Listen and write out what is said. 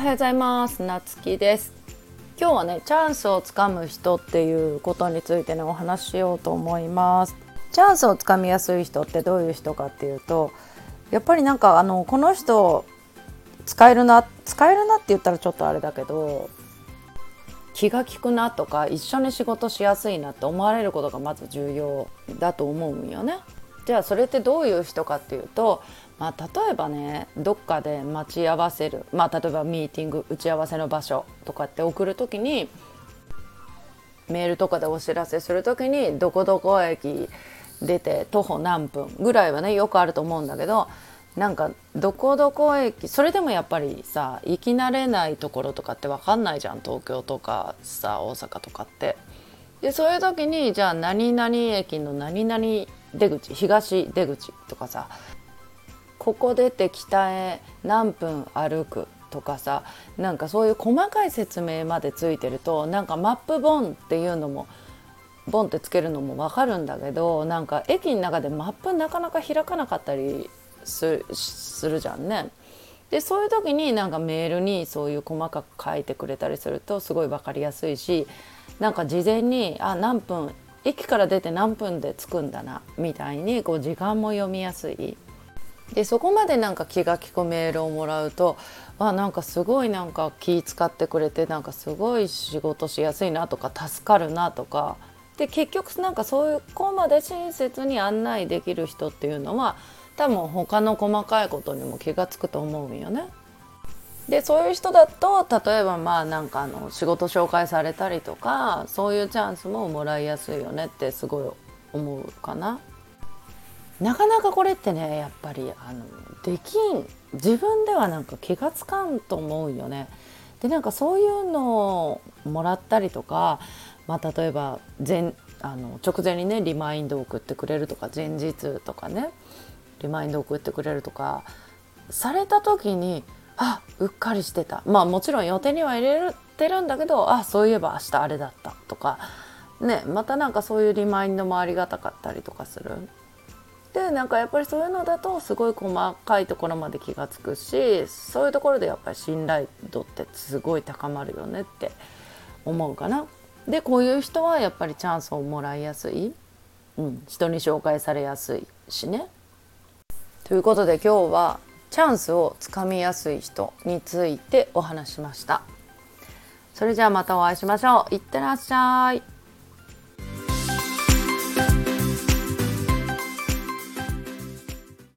ようございます。なつきです。今日はね、チャンスをつかむ人っていうことについてね、お話ししようと思います。チャンスをつかみやすい人ってどういう人かっていうと、やっぱりこの人使えるなって言ったらちょっとあれだけど、気が利くなとか一緒に仕事しやすいなって思われることがまず重要だと思うんよね。じゃあそれってどういう人かっていうと、例えばね、どっかで待ち合わせる、例えばミーティング打ち合わせの場所とかって送るときに、メールとかでお知らせするときにどこどこ駅出て徒歩何分ぐらいはねよくあると思うんだけど、どこどこ駅、それでもやっぱりさ、行き慣れないところとかって分かんないじゃん、東京とかさ大阪とかって。でそういう時に、じゃあ何々駅の何々出口、東出口とかさ、ここ出て北へ何分歩くとかさ、そういう細かい説明までついてると、マップボンっていうのもボンってつけるのも分かるんだけど、駅の中でマップなかなか開かなかったりするじゃんね。でそういう時にメールにそういう細かく書いてくれたりするとすごい分かりやすいし、事前に何分、駅から出て何分で着くんだなみたいにこう時間も読みやすい。でそこまで気が利くメールをもらうと、すごい気使ってくれて、すごい仕事しやすいなとか助かるなとかで、結局そういうこまで親切に案内できる人っていうのは多分他の細かいことにも気がつくと思うんよね。でそういう人だと、例えば仕事紹介されたりとか、そういうチャンスももらいやすいよねってすごい思うかな。なかなかこれってね、やっぱり自分では気がつかんと思うよね。でそういうのをもらったりとか、例えば直前にねリマインドを送ってくれるとか、前日とかねリマインドを送ってくれるとかされた時に、うっかりしてた、もちろん予定には入れてるんだけど、そういえば明日あれだったとかね、またそういうリマインドもありがたかったりとかする。でやっぱりそういうのだとすごい細かいところまで気がつくし、そういうところでやっぱり信頼度ってすごい高まるよねって思うかな。でこういう人はやっぱりチャンスをもらいやすい、人に紹介されやすいしね。ということで今日はチャンスをつかみやすい人についてお話しました。それじゃあまたお会いしましょう。いってらっしゃい。